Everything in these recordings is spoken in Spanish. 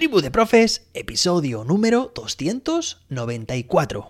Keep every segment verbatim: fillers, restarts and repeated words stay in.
Tribu de Profes, episodio número doscientos noventa y cuatro.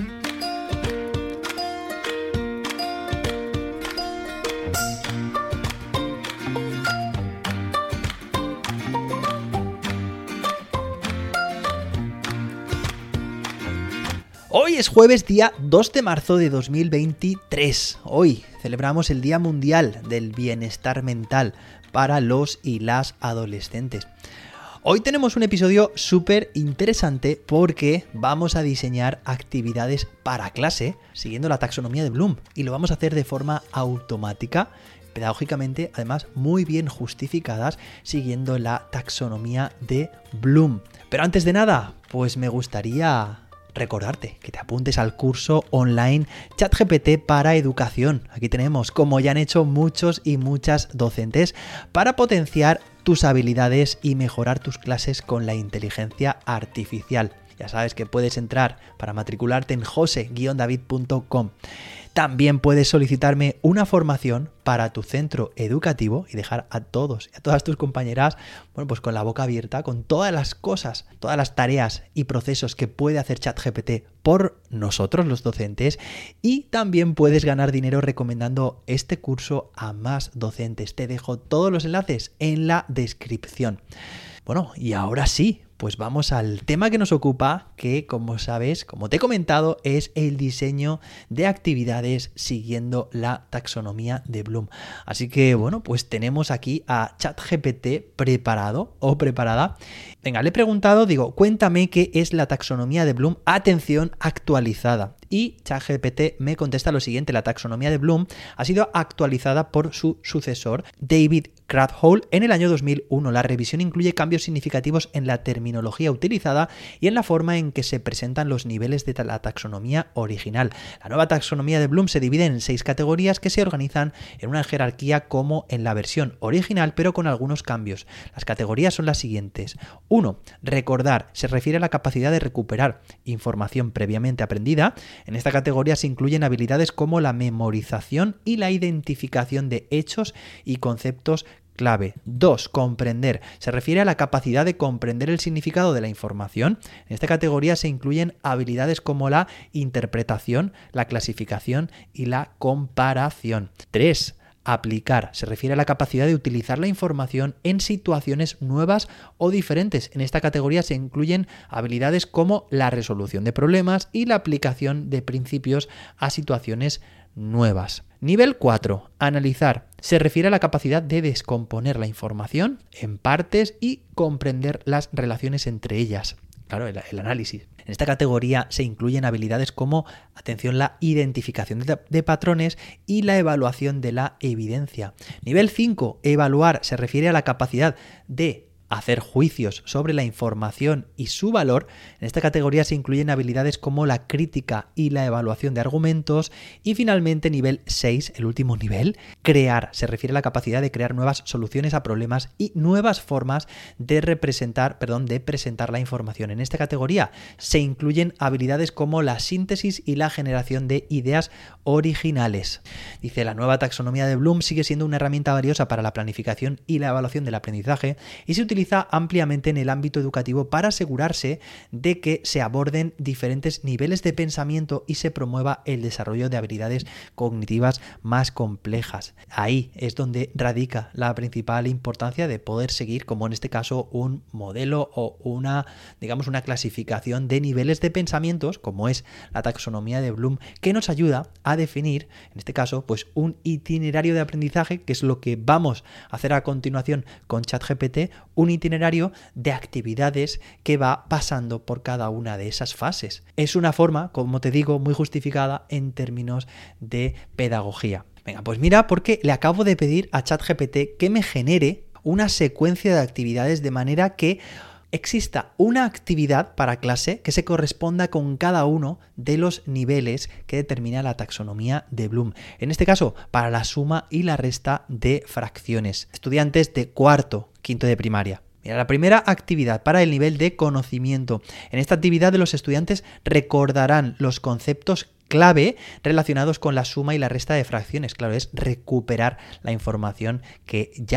Hoy es jueves, día dos de marzo de dos mil veintitrés. Hoy celebramos el Día Mundial del Bienestar Mental para los y las adolescentes. Hoy tenemos un episodio súper interesante porque vamos a diseñar actividades para clase siguiendo la taxonomía de Bloom y lo vamos a hacer de forma automática, pedagógicamente, además muy bien justificadas, siguiendo la taxonomía de Bloom. Pero antes de nada, pues me gustaría recordarte que te apuntes al curso online ChatGPT para educación. Aquí tenemos, como ya han hecho muchos y muchas docentes, para potenciar tus habilidades y mejorar tus clases con la inteligencia artificial. Ya sabes que puedes entrar para matricularte en jose guion david punto com. También puedes solicitarme una formación para tu centro educativo y dejar a todos y a todas tus compañeras, bueno, pues con la boca abierta, con todas las cosas, todas las tareas y procesos que puede hacer ChatGPT por nosotros los docentes. Y también puedes ganar dinero recomendando este curso a más docentes. Te dejo todos los enlaces en la descripción. Bueno, y ahora sí, pues vamos al tema que nos ocupa, que como sabes, como te he comentado, es el diseño de actividades siguiendo la taxonomía de Bloom. Así que bueno, pues tenemos aquí a ChatGPT preparado o preparada. Venga, le he preguntado, digo, cuéntame qué es la taxonomía de Bloom, atención, actualizada. Y ChatGPT me contesta lo siguiente: la taxonomía de Bloom ha sido actualizada por su sucesor, David Krathwohl, en el año dos mil uno. La revisión incluye cambios significativos en la terminología utilizada y en la forma en que se presentan los niveles de la taxonomía original. La nueva taxonomía de Bloom se divide en seis categorías que se organizan en una jerarquía como en la versión original, pero con algunos cambios. Las categorías son las siguientes. uno. Recordar. Se refiere a la capacidad de recuperar información previamente aprendida. En esta categoría se incluyen habilidades como la memorización y la identificación de hechos y conceptos clave. dos. Comprender. Se refiere a la capacidad de comprender el significado de la información. En esta categoría se incluyen habilidades como la interpretación, la clasificación y la comparación. tres. Aplicar. Se refiere a la capacidad de utilizar la información en situaciones nuevas o diferentes. En esta categoría se incluyen habilidades como la resolución de problemas y la aplicación de principios a situaciones nuevas. Nivel cuatro. Analizar. Se refiere a la capacidad de descomponer la información en partes y comprender las relaciones entre ellas. Claro, el, el análisis. En esta categoría se incluyen habilidades como, atención, la identificación de, de patrones y la evaluación de la evidencia. Nivel cinco. Evaluar. Se refiere a la capacidad de hacer juicios sobre la información y su valor. En esta categoría se incluyen habilidades como la crítica y la evaluación de argumentos. Y finalmente, nivel seis, el último nivel, crear. Se refiere a la capacidad de crear nuevas soluciones a problemas y nuevas formas de representar, perdón, de presentar la información. En esta categoría se incluyen habilidades como la síntesis y la generación de ideas originales. Dice, la nueva taxonomía de Bloom sigue siendo una herramienta valiosa para la planificación y la evaluación del aprendizaje y se utiliza ampliamente en el ámbito educativo para asegurarse de que se aborden diferentes niveles de pensamiento y se promueva el desarrollo de habilidades cognitivas más complejas. Ahí es donde radica la principal importancia de poder seguir, como en este caso, un modelo o una, digamos, una clasificación de niveles de pensamientos, como es la taxonomía de Bloom, que nos ayuda a definir, en este caso, pues un itinerario de aprendizaje, que es lo que vamos a hacer a continuación con ChatGPT, un itinerario de actividades que va pasando por cada una de esas fases. Es una forma, como te digo, muy justificada en términos de pedagogía. Venga, pues mira, porque le acabo de pedir a ChatGPT que me genere una secuencia de actividades de manera que exista una actividad para clase que se corresponda con cada uno de los niveles que determina la taxonomía de Bloom. En este caso, para la suma y la resta de fracciones. Estudiantes de cuarto, quinto de primaria. Mira, la primera actividad para el nivel de conocimiento. En esta actividad los estudiantes recordarán los conceptos clave relacionados con la suma y la resta de fracciones. Claro, es recuperar la información que ya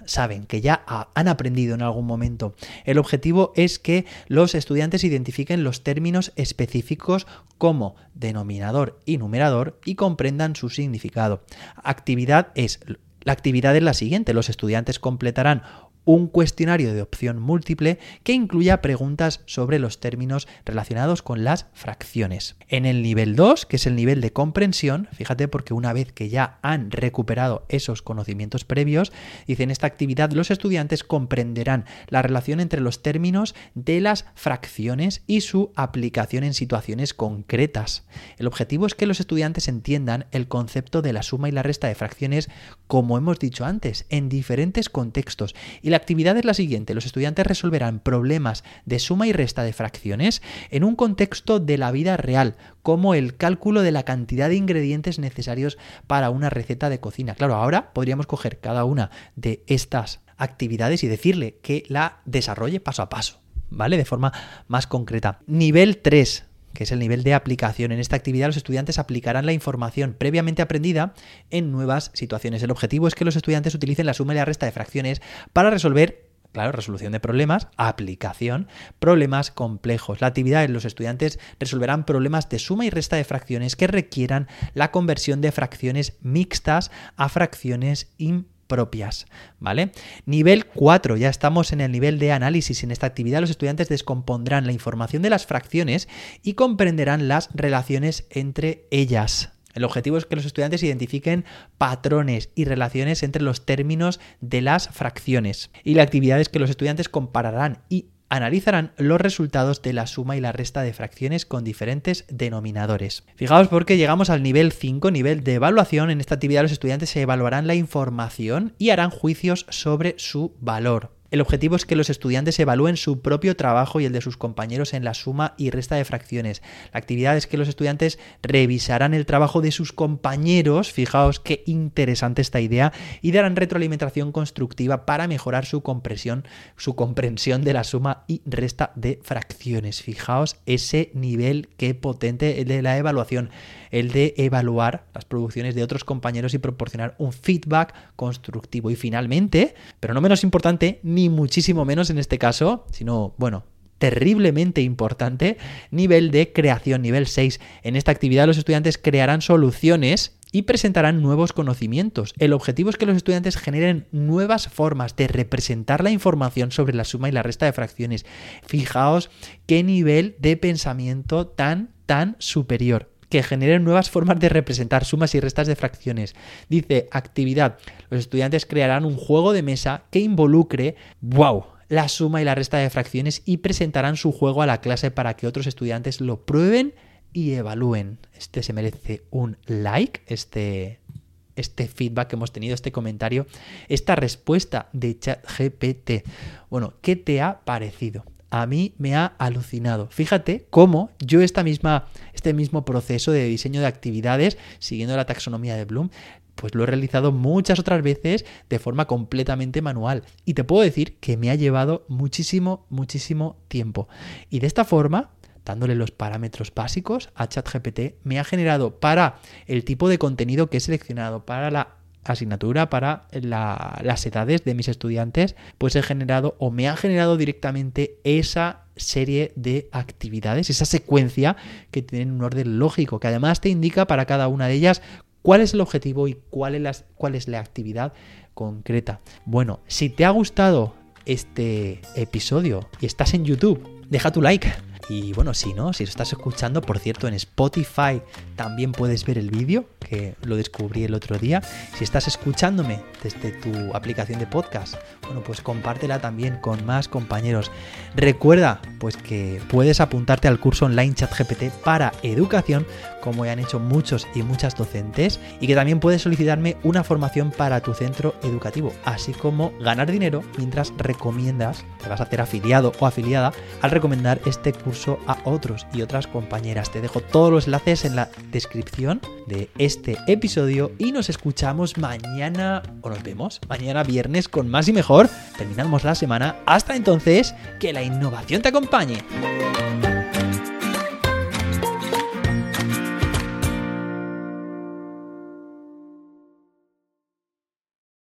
saben, que ya han aprendido en algún momento. El objetivo es que los estudiantes identifiquen los términos específicos como denominador y numerador y comprendan su significado. Actividad es, la actividad es la siguiente: los estudiantes completarán un cuestionario de opción múltiple que incluya preguntas sobre los términos relacionados con las fracciones. En el nivel dos, que es el nivel de comprensión, fíjate, porque una vez que ya han recuperado esos conocimientos previos, dice: en esta actividad los estudiantes comprenderán la relación entre los términos de las fracciones y su aplicación en situaciones concretas. El objetivo es que los estudiantes entiendan el concepto de la suma y la resta de fracciones, como hemos dicho antes, en diferentes contextos. Y la actividad es la siguiente: los estudiantes resolverán problemas de suma y resta de fracciones en un contexto de la vida real, como el cálculo de la cantidad de ingredientes necesarios para una receta de cocina. Claro, ahora podríamos coger cada una de estas actividades y decirle que la desarrolle paso a paso, ¿vale? De forma más concreta. Nivel tres, que es el nivel de aplicación. En esta actividad los estudiantes aplicarán la información previamente aprendida en nuevas situaciones. El objetivo es que los estudiantes utilicen la suma y la resta de fracciones para resolver, claro, resolución de problemas, aplicación, problemas complejos. La actividad en los estudiantes resolverán problemas de suma y resta de fracciones que requieran la conversión de fracciones mixtas a fracciones impropias. propias, ¿vale? Nivel cuatro, ya estamos en el nivel de análisis. En esta actividad los estudiantes descompondrán la información de las fracciones y comprenderán las relaciones entre ellas. El objetivo es que los estudiantes identifiquen patrones y relaciones entre los términos de las fracciones. Y la actividad es que los estudiantes compararán y analizarán los resultados de la suma y la resta de fracciones con diferentes denominadores. Fijaos, porque llegamos al nivel cinco, nivel de evaluación. En esta actividad los estudiantes se evaluarán la información y harán juicios sobre su valor. El objetivo es que los estudiantes evalúen su propio trabajo y el de sus compañeros en la suma y resta de fracciones. La actividad es que los estudiantes revisarán el trabajo de sus compañeros, fijaos qué interesante esta idea, y darán retroalimentación constructiva para mejorar su comprensión, su comprensión de la suma y resta de fracciones. Fijaos ese nivel, qué potente, el de la evaluación, el de evaluar las producciones de otros compañeros y proporcionar un feedback constructivo. Y finalmente, pero no menos importante, ni muchísimo menos en este caso, sino, bueno, terriblemente importante, nivel de creación, nivel seis. En esta actividad los estudiantes crearán soluciones y presentarán nuevos conocimientos. El objetivo es que los estudiantes generen nuevas formas de representar la información sobre la suma y la resta de fracciones. Fijaos qué nivel de pensamiento tan, tan superior. Que generen nuevas formas de representar sumas y restas de fracciones. Dice, actividad. Los estudiantes crearán un juego de mesa que involucre, wow, la suma y la resta de fracciones y presentarán su juego a la clase para que otros estudiantes lo prueben y evalúen. Este se merece un like, este, este feedback que hemos tenido, este comentario, esta respuesta de ChatGPT. Bueno, ¿qué te ha parecido? A mí me ha alucinado. Fíjate cómo yo esta misma, este mismo proceso de diseño de actividades, siguiendo la taxonomía de Bloom, pues lo he realizado muchas otras veces de forma completamente manual. Y te puedo decir que me ha llevado muchísimo, muchísimo tiempo. Y de esta forma, dándole los parámetros básicos a ChatGPT, me ha generado para el tipo de contenido que he seleccionado, para la asignatura, para la, las edades de mis estudiantes, pues he generado o me ha generado directamente esa serie de actividades, esa secuencia que tienen un orden lógico, que además te indica para cada una de ellas cuál es el objetivo y cuál es la, cuál es la actividad concreta. Bueno, si te ha gustado este episodio y estás en YouTube, deja tu like. Y bueno, si no, si lo estás escuchando, por cierto, en Spotify también puedes ver el vídeo, que lo descubrí el otro día. Si estás escuchándome desde tu aplicación de podcast, bueno, pues compártela también con más compañeros. Recuerda, pues que puedes apuntarte al curso online ChatGPT para educación, como ya han hecho muchos y muchas docentes, y que también puedes solicitarme una formación para tu centro educativo, así como ganar dinero mientras recomiendas, te vas a hacer afiliado o afiliada al recomendar este curso a otros y otras compañeras. Te dejo todos los enlaces en la descripción de este episodio y nos escuchamos mañana, o nos vemos mañana viernes con más y mejor. Terminamos la semana. Hasta entonces, que la innovación te acompañe.